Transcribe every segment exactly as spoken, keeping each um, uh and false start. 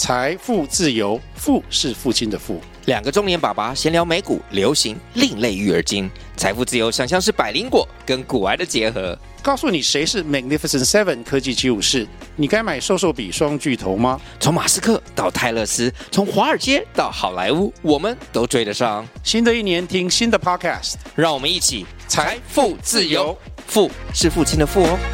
财富自由，富是父亲的富。 两个中年爸爸闲聊美股、流行、另类育儿经，财富自由想象是百灵果跟股癌的结合。 告诉你谁是 Magnificent Seven 科技七武士，你该买瘦瘦比双巨头吗？ 从马斯克到泰勒斯，从华尔街到好莱坞，我们都追得上。 新的一年听新的 Podcast， 让我们一起财富自由， 富是父亲的富哦。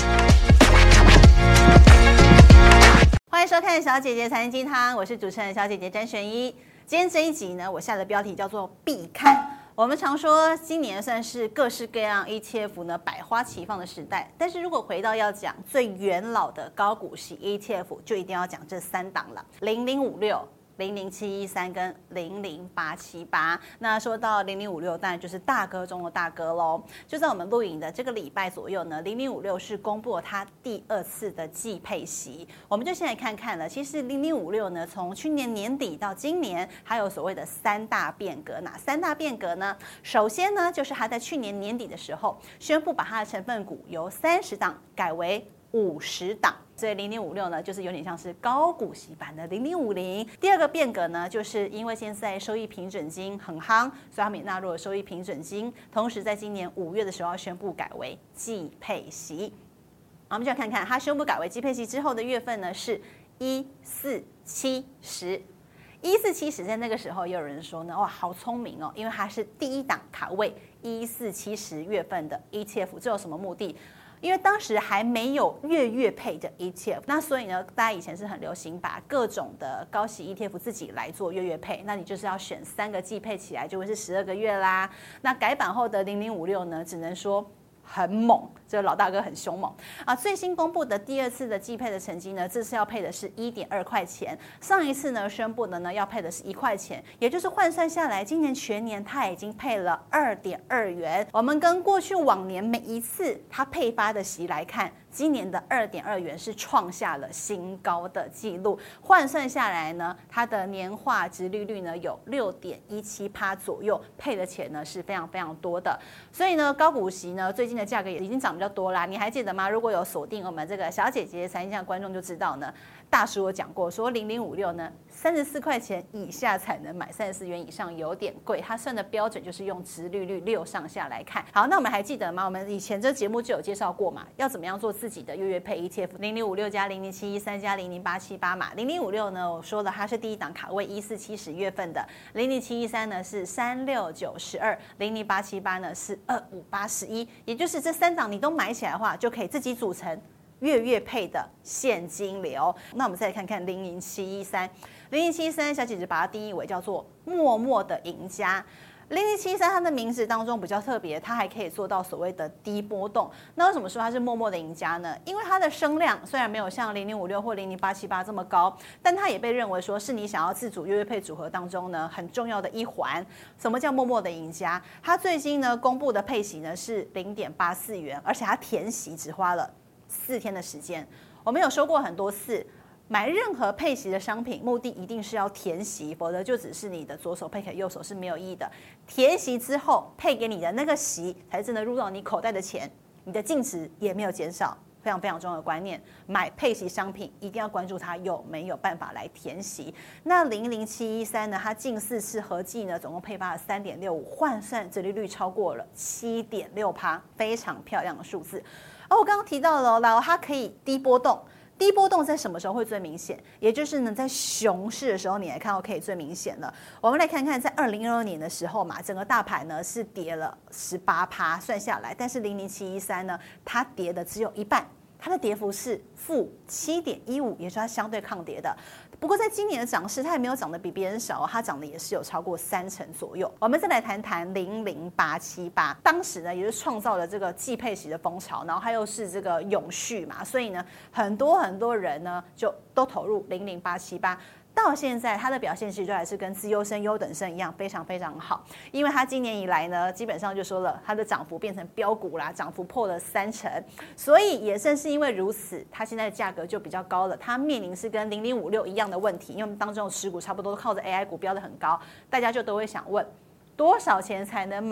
欢迎收看小姐姐财经鸡汤，我是主持人小姐姐詹璇依。今天这一集呢，我下的标题叫做必看。我们常说今年算是各式各样 E T F 呢百花齐放的时代，但是如果回到要讲最元老的高股息 E T F， 就一定要讲这三档了：零零五六、零零七一三跟零零八七八。那说到零零五六，当然就是大哥中的大哥喽。就在我们录影的这个礼拜左右呢，零零五六是公布了它第二次的季配息。我们就先来看看了。其实零零五六呢，从去年年底到今年，还有所谓的三大变革。哪三大变革呢？首先呢，就是它在去年年底的时候宣布把它的成分股由三十档改为五十档。所以零零五六呢，就是有点像是高股息版的零零五零。第二个变革呢，就是因为现在收益平准金很夯，所以他们也纳入了收益平准金，同时在今年五月的时候宣布改为季配息。我们就来看看它宣布改为季配息之后的月份呢，是一四七十。一四七十在那个时候也有人说呢，哇，好聪明哦，因为它是第一档卡位一四七十月份的 E T F， 这有什么目的？因为当时还没有月月配的 E T F， 那所以呢，大家以前是很流行把各种的高息 E T F 自己来做月月配，那你就是要选三个季配起来，就会是十二个月啦。那改版后的零零五六呢，只能说很猛，这个老大哥很凶猛啊！最新公布的第二次的季配的成绩呢，这次要配的是一点二块钱，上一次呢宣布的呢要配的是一块钱，也就是换算下来，今年全年它已经配了二点二元。我们跟过去往年每一次它配发的息来看，今年的二点二元是创下了新高的记录，换算下来呢，它的年化殖利率呢有六点一七趴左右，配的钱呢是非常非常多的。所以呢，高股息呢最近的价格也已经涨比较多啦。你还记得吗？如果有锁定我们这个小姐姐财经的观众就知道呢，大叔有讲过说零零五六呢三十四块钱以下才能买，三十四元以上有点贵。它算的标准就是用殖利率六上下来看。好，那我们还记得吗？我们以前这节目就有介绍过嘛，要怎么样做自己的月月配 E T F， 零零五六加零零七一三加零零八七八嘛。零零五六呢，我说了它是第一档卡位一四七十月份的，零零七一三呢是三六九十二，零零八七八呢是二五八十一，也就是这三档你都买起来的话，就可以自己组成月月配的现金流。那我们再来看看零零七一三，零零七一三小姐姐把它定义为叫做默默的赢家。零零七一三它的名字当中比较特别，它还可以做到所谓的低波动。那为什么说它是默默的赢家呢？因为它的声量虽然没有像零零五六或零零八七八这么高，但它也被认为说是你想要自主月月配组合当中呢很重要的一环。什么叫默默的赢家？它最新呢公布的配息呢是零点八四元，而且它填息只花了四天的时间。我们有说过很多次，买任何配息的商品，目的一定是要填息，否则就只是你的左手配给右手是没有意义的。填息之后配给你的那个息，才真的入到你口袋的钱，你的净值也没有减少。非常非常重要的观念，买配息商品一定要关注它有没有办法来填息。那零零七一三呢，它近四次合计呢，总共配发了三点六五，换算殖利率超过了七点六趴，非常漂亮的数字。而我刚刚提到了，然后它可以低波动。低波动在什么时候会最明显？也就是呢，在熊市的时候，你来看到可以最明显了。我们来看看，在二零二二年的时候嘛，整个大盘呢是跌了十八趴，算下来，但是零零七一三呢，它跌的只有一半。它的跌幅是负七点一五，也是它相对抗跌的。不过在今年的涨势，它也没有涨得比别人少，它涨的也是有超过三成左右。我们再来谈谈零零八七八，当时呢也是创造了这个季配息的风潮，然后它又是这个永续嘛，所以呢很多很多人呢就都投入零零八七八。到现在它的表现其实还是跟资优生、优等生一样，非常非常好。因为它今年以来呢，基本上就说了，它的涨幅变成标股啦，涨幅破了三成。所以也正是因为如此，它现在的价格就比较高了。它面临是跟零零五六一样的问题，因为我们当中的持股差不多都靠着 A I 股标得很高，大家就都会想问，多少钱才能买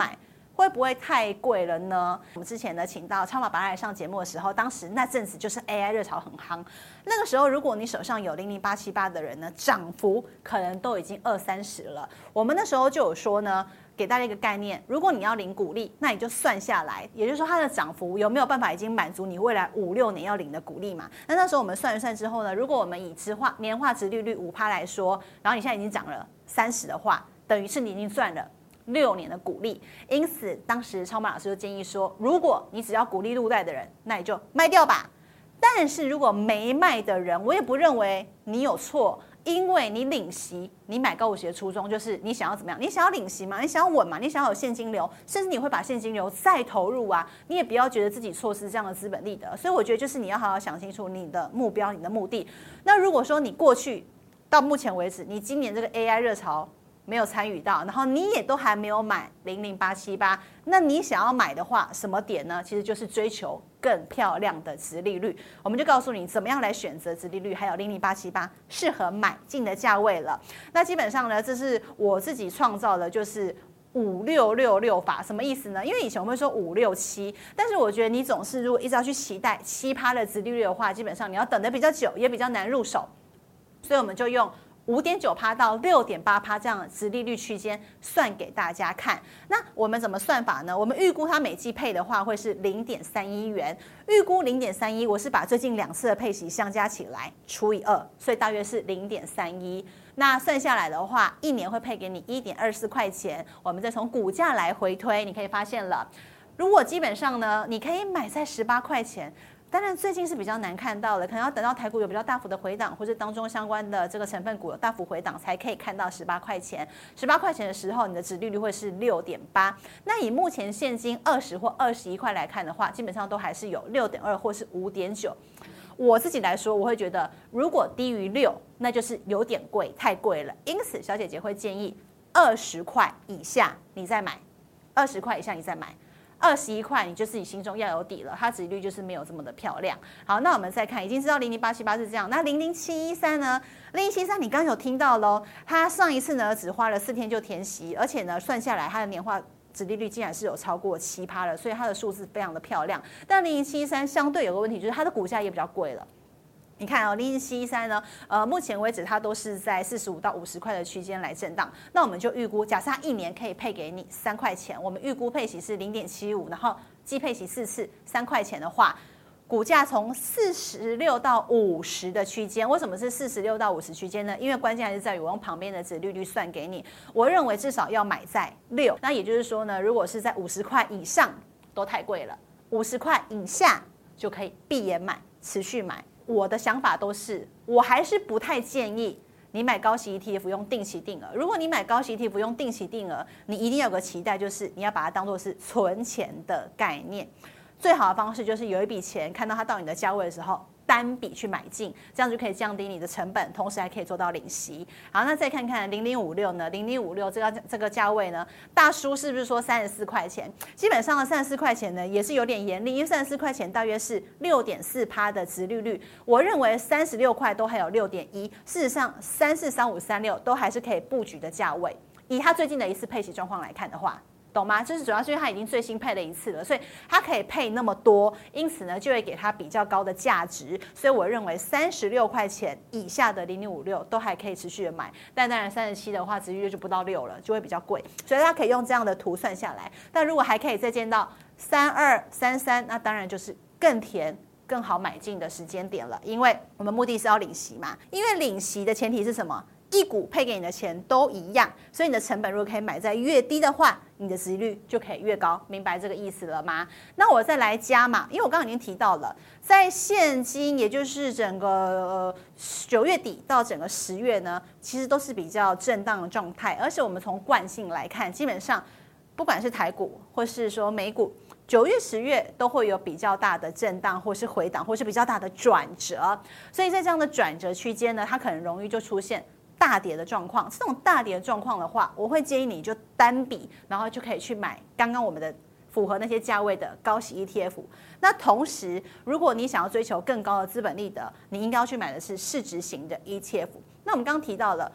会不会太贵了呢？我们之前呢，请到超马巴来上节目的时候，当时那阵子就是 A I 热潮很夯。那个时候，如果你手上有零零八七八的人呢，涨幅可能都已经二三十了。我们那时候就有说呢，给大家一个概念，如果你要领股利，那你就算下来，也就是说它的涨幅有没有办法已经满足你未来五六年要领的股利嘛？那那时候我们算一算之后呢，如果我们以殖化年化殖利率五趴来说，然后你现在已经涨了三十的话，等于是你已经赚了六年的股利，因此当时超马老师就建议说，如果你只要股利入袋的人，那你就卖掉吧。但是如果没卖的人，我也不认为你有错，因为你领息，你买高股息的初衷就是你想要怎么样？你想要领息嘛？你想要稳嘛？你想要有现金流，甚至你会把现金流再投入啊！你也不要觉得自己错失这样的资本利得。所以我觉得就是你要好好想清楚你的目标、你的目的。那如果说你过去到目前为止，你今年这个 A I 热潮没有参与到，然后你也都还没有买零零八七八，那你想要买的话，什么点呢？其实就是追求更漂亮的殖利率。我们就告诉你怎么样来选择殖利率，还有零零八七八适合买进的价位了。那基本上呢，这是我自己创造的，就是五六六六法，什么意思呢？因为以前我们会说五六七，但是我觉得你总是如果一直要去期待七趴的殖利率的话，基本上你要等得比较久，也比较难入手，所以我们就用五点九趴到六点八趴这样的殖利率区间算给大家看。那我们怎么算法呢？我们预估它每季配的话会是零点三一元，预估零点三一，我是把最近两次的配息相加起来除以二，所以大约是零点三一。那算下来的话，一年会配给你一点二四块钱。我们再从股价来回推，你可以发现了，如果基本上呢，你可以买在十八块钱。当然，最近是比较难看到的，可能要等到台股有比较大幅的回档，或者当中相关的这个成分股有大幅回档，才可以看到十八块钱。十八块钱的时候，你的殖利率会是六点八。那以目前现金二十或二十一块来看的话，基本上都还是有六点二或是五点九。我自己来说，我会觉得如果低于六，那就是有点贵，太贵了。因此，小姐姐会建议二十块以下你再买，二十块以下你再买。二十一块，你就自己心中要有底了，它殖利率就是没有这么的漂亮。好，那我们再看，已经知道零零八七八是这样，那零零七一三呢？零零七三你刚刚有听到喽，它上一次呢只花了四天就填息，而且呢算下来它的年化殖利率竟然是有超过七趴了，所以它的数字非常的漂亮。但零零七一三相对有个问题，就是它的股价也比较贵了。你看哦，零零七一三呢，呃，目前为止它都是在四十五到五十块的区间来震荡。那我们就预估，假设它一年可以配给你三块钱，我们预估配息是零点七五，然后季配息四次三块钱的话，股价从四十六到五十的区间，为什么是四十六到五十区间呢？因为关键还是在于我用旁边的殖利率算给你，我认为至少要买在六。那也就是说呢，如果是在五十块以上都太贵了，五十块以下就可以闭眼买，持续买。我的想法都是，我还是不太建议你买高息 E T F 用定期定额。如果你买高息 E T F 用定期定额，你一定要有个期待，就是你要把它当作是存钱的概念。最好的方式就是有一笔钱看到它到你的价位的时候，单笔去买进，这样就可以降低你的成本，同时还可以做到领息。好，那再看看零零五六呢？零零五六这个这个价位呢，大叔是不是说三十四块钱？基本上呢，三十四块钱呢也是有点严厉，因为三十四块钱大约是六点四趴的殖利率。我认为三十六块都还有六点一，事实上三四三五三六都还是可以布局的价位。以它最近的一次配息状况来看的话。懂吗？就是主要是因为它已经最新配了一次了，所以它可以配那么多，因此呢就会给它比较高的价值。所以我认为三十六块钱以下的零零五六都还可以持续的买，但当然三十七的话，殖利率就不到六了，就会比较贵。所以它可以用这样的图算下来。但如果还可以再见到三二三三，那当然就是更甜。更好买进的时间点了，因为我们目的是要领息嘛。因为领息的前提是什么？一股配给你的钱都一样，所以你的成本如果可以买在越低的话，你的殖利率就可以越高，明白这个意思了吗？那我再来加嘛，因为我刚刚已经提到了，在现今也就是整个九月底到整个十月呢，其实都是比较震荡的状态，而且我们从惯性来看，基本上不管是台股或是说美股。九月、十月都会有比较大的震荡，或是回档，或是比较大的转折，所以在这样的转折区间呢，它可能容易就出现大跌的状况。这种大跌的状况的话，我会建议你就单笔，然后就可以去买刚刚我们的符合那些价位的高息 E T F。那同时，如果你想要追求更高的资本利得，你应该要去买的是市值型的 E T F。那我们刚刚提到了。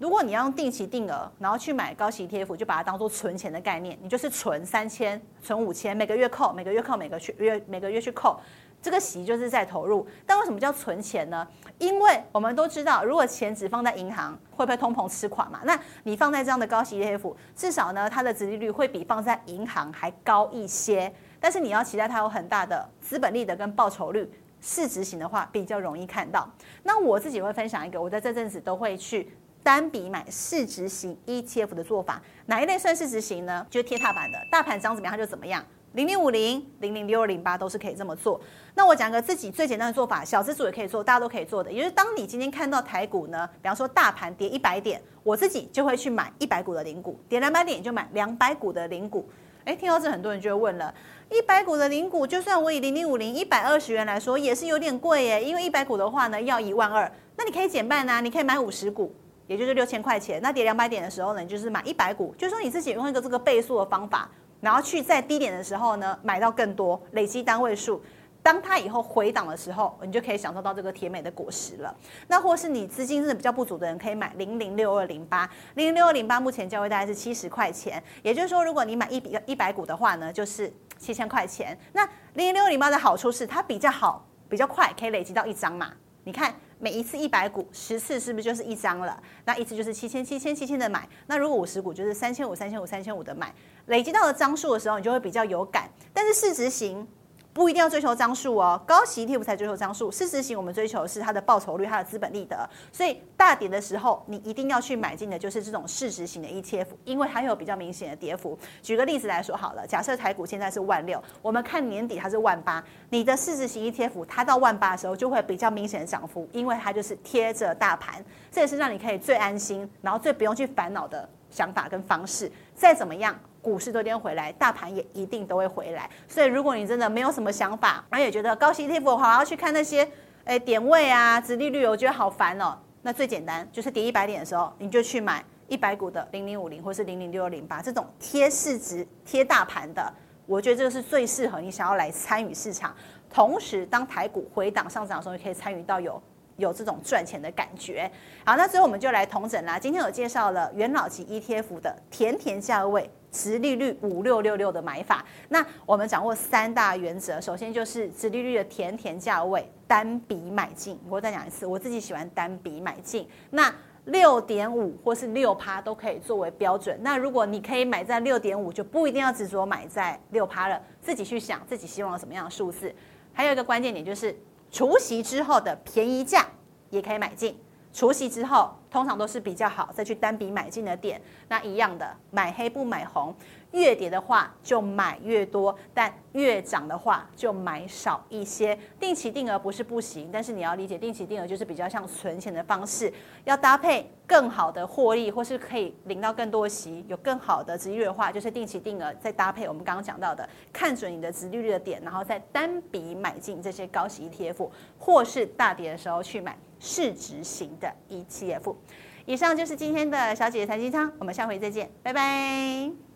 如果你要用定期定额，然后去买高息 E T F， 就把它当做存钱的概念，你就是存三千、存五千，每个月扣，每个月扣，每个月每个月去扣，这个息就是在投入。但为什么叫存钱呢？因为我们都知道，如果钱只放在银行，会被通膨吃垮嘛？那你放在这样的高息 E T F， 至少呢，它的殖利率会比放在银行还高一些。但是你要期待它有很大的资本利得跟报酬率。市值型的话比较容易看到。那我自己会分享一个，我在这阵子都会去单笔买市值型 E T F 的做法。哪一类算市值型呢？就是贴踏板的，大盘涨怎么样它就怎么样。零零五零、零零六二零八都是可以这么做。那我讲个自己最简单的做法，小资主也可以做，大家都可以做的。也就是当你今天看到台股呢，比方说大盘跌一百点，我自己就会去买一百股的零股，跌两百点就买两百股的零股。哎，听到这很多人就会问了，一百股的零股，就算我以零零五零一百二十元来说，也是有点贵耶。因为一百股的话呢，要一万二，那你可以减半啊，你可以买五十股，也就是六千块钱。那跌两百点的时候呢，你就是买一百股，就是说你自己用一个这个倍数的方法，然后去在低点的时候呢，买到更多，累积单位数。当它以后回档的时候，你就可以享受到这个甜美的果实了。那或是你资金真的比较不足的人，可以买零零六二零八，零零六二零八目前价位大概是七十块钱，也就是说，如果你买一笔一百股的话呢，就是七千块钱。那零零六二零八的好处是它比较好，比较快，可以累积到一张嘛。你看每一次一百股，十次是不是就是一张了？那一次就是七千、七千、七千的买。那如果五十股就是三千五、三千五、三千五的买，累积到了张数的时候，你就会比较有感。但是市值型不一定要追求张数哦，高息 E T F 才追求张数，市值型我们追求的是它的报酬率、它的资本利得。所以大跌的时候，你一定要去买进的就是这种市值型的 E T F， 因为它有比较明显的跌幅。举个例子来说好了，假设台股现在是万六，我们看年底它是万八，你的市值型 E T F 它到万八的时候就会比较明显的涨幅，因为它就是贴着大盘，这也是让你可以最安心，然后最不用去烦恼的想法跟方式。再怎么样，股市都一定回来，大盘也一定都会回来。所以如果你真的没有什么想法，而也觉得高息 E T F 的话，要去看那些诶点位啊、殖利率，我觉得好烦哦。那最简单就是跌一百点的时候，你就去买一百股的零零五零或是零零六二零八这种贴市值、贴大盘的。我觉得这个是最适合你想要来参与市场，同时当台股回档上涨的时候，你可以参与到有。有这种赚钱的感觉。好，那最后我们就来统整啦。今天有介绍了元老级 E T F 的甜甜价位、殖利率五六六六的买法。那我们掌握三大原则，首先就是殖利率的甜甜价位，单笔买进。我再讲一次，我自己喜欢单笔买进。那六点五或是六趴都可以作为标准。那如果你可以买在六点五，就不一定要执着买在六趴了，自己去想自己希望什么样的数字。还有一个关键点就是。除息之后的便宜价也可以买进，除息之后通常都是比较好再去单笔买进的点。那一样的，买黑不买红，越跌的话就买越多，但越涨的话就买少一些。定期定额不是不行，但是你要理解定期定额就是比较像存钱的方式，要搭配更好的获利，或是可以领到更多息，有更好的殖利率的话，就是定期定额再搭配我们刚刚讲到的，看准你的殖利率的点，然后再单笔买进这些高息 E T F， 或是大跌的时候去买市值型的 E T F。以上就是今天的小姐姐财经汤，我们下回再见，拜拜。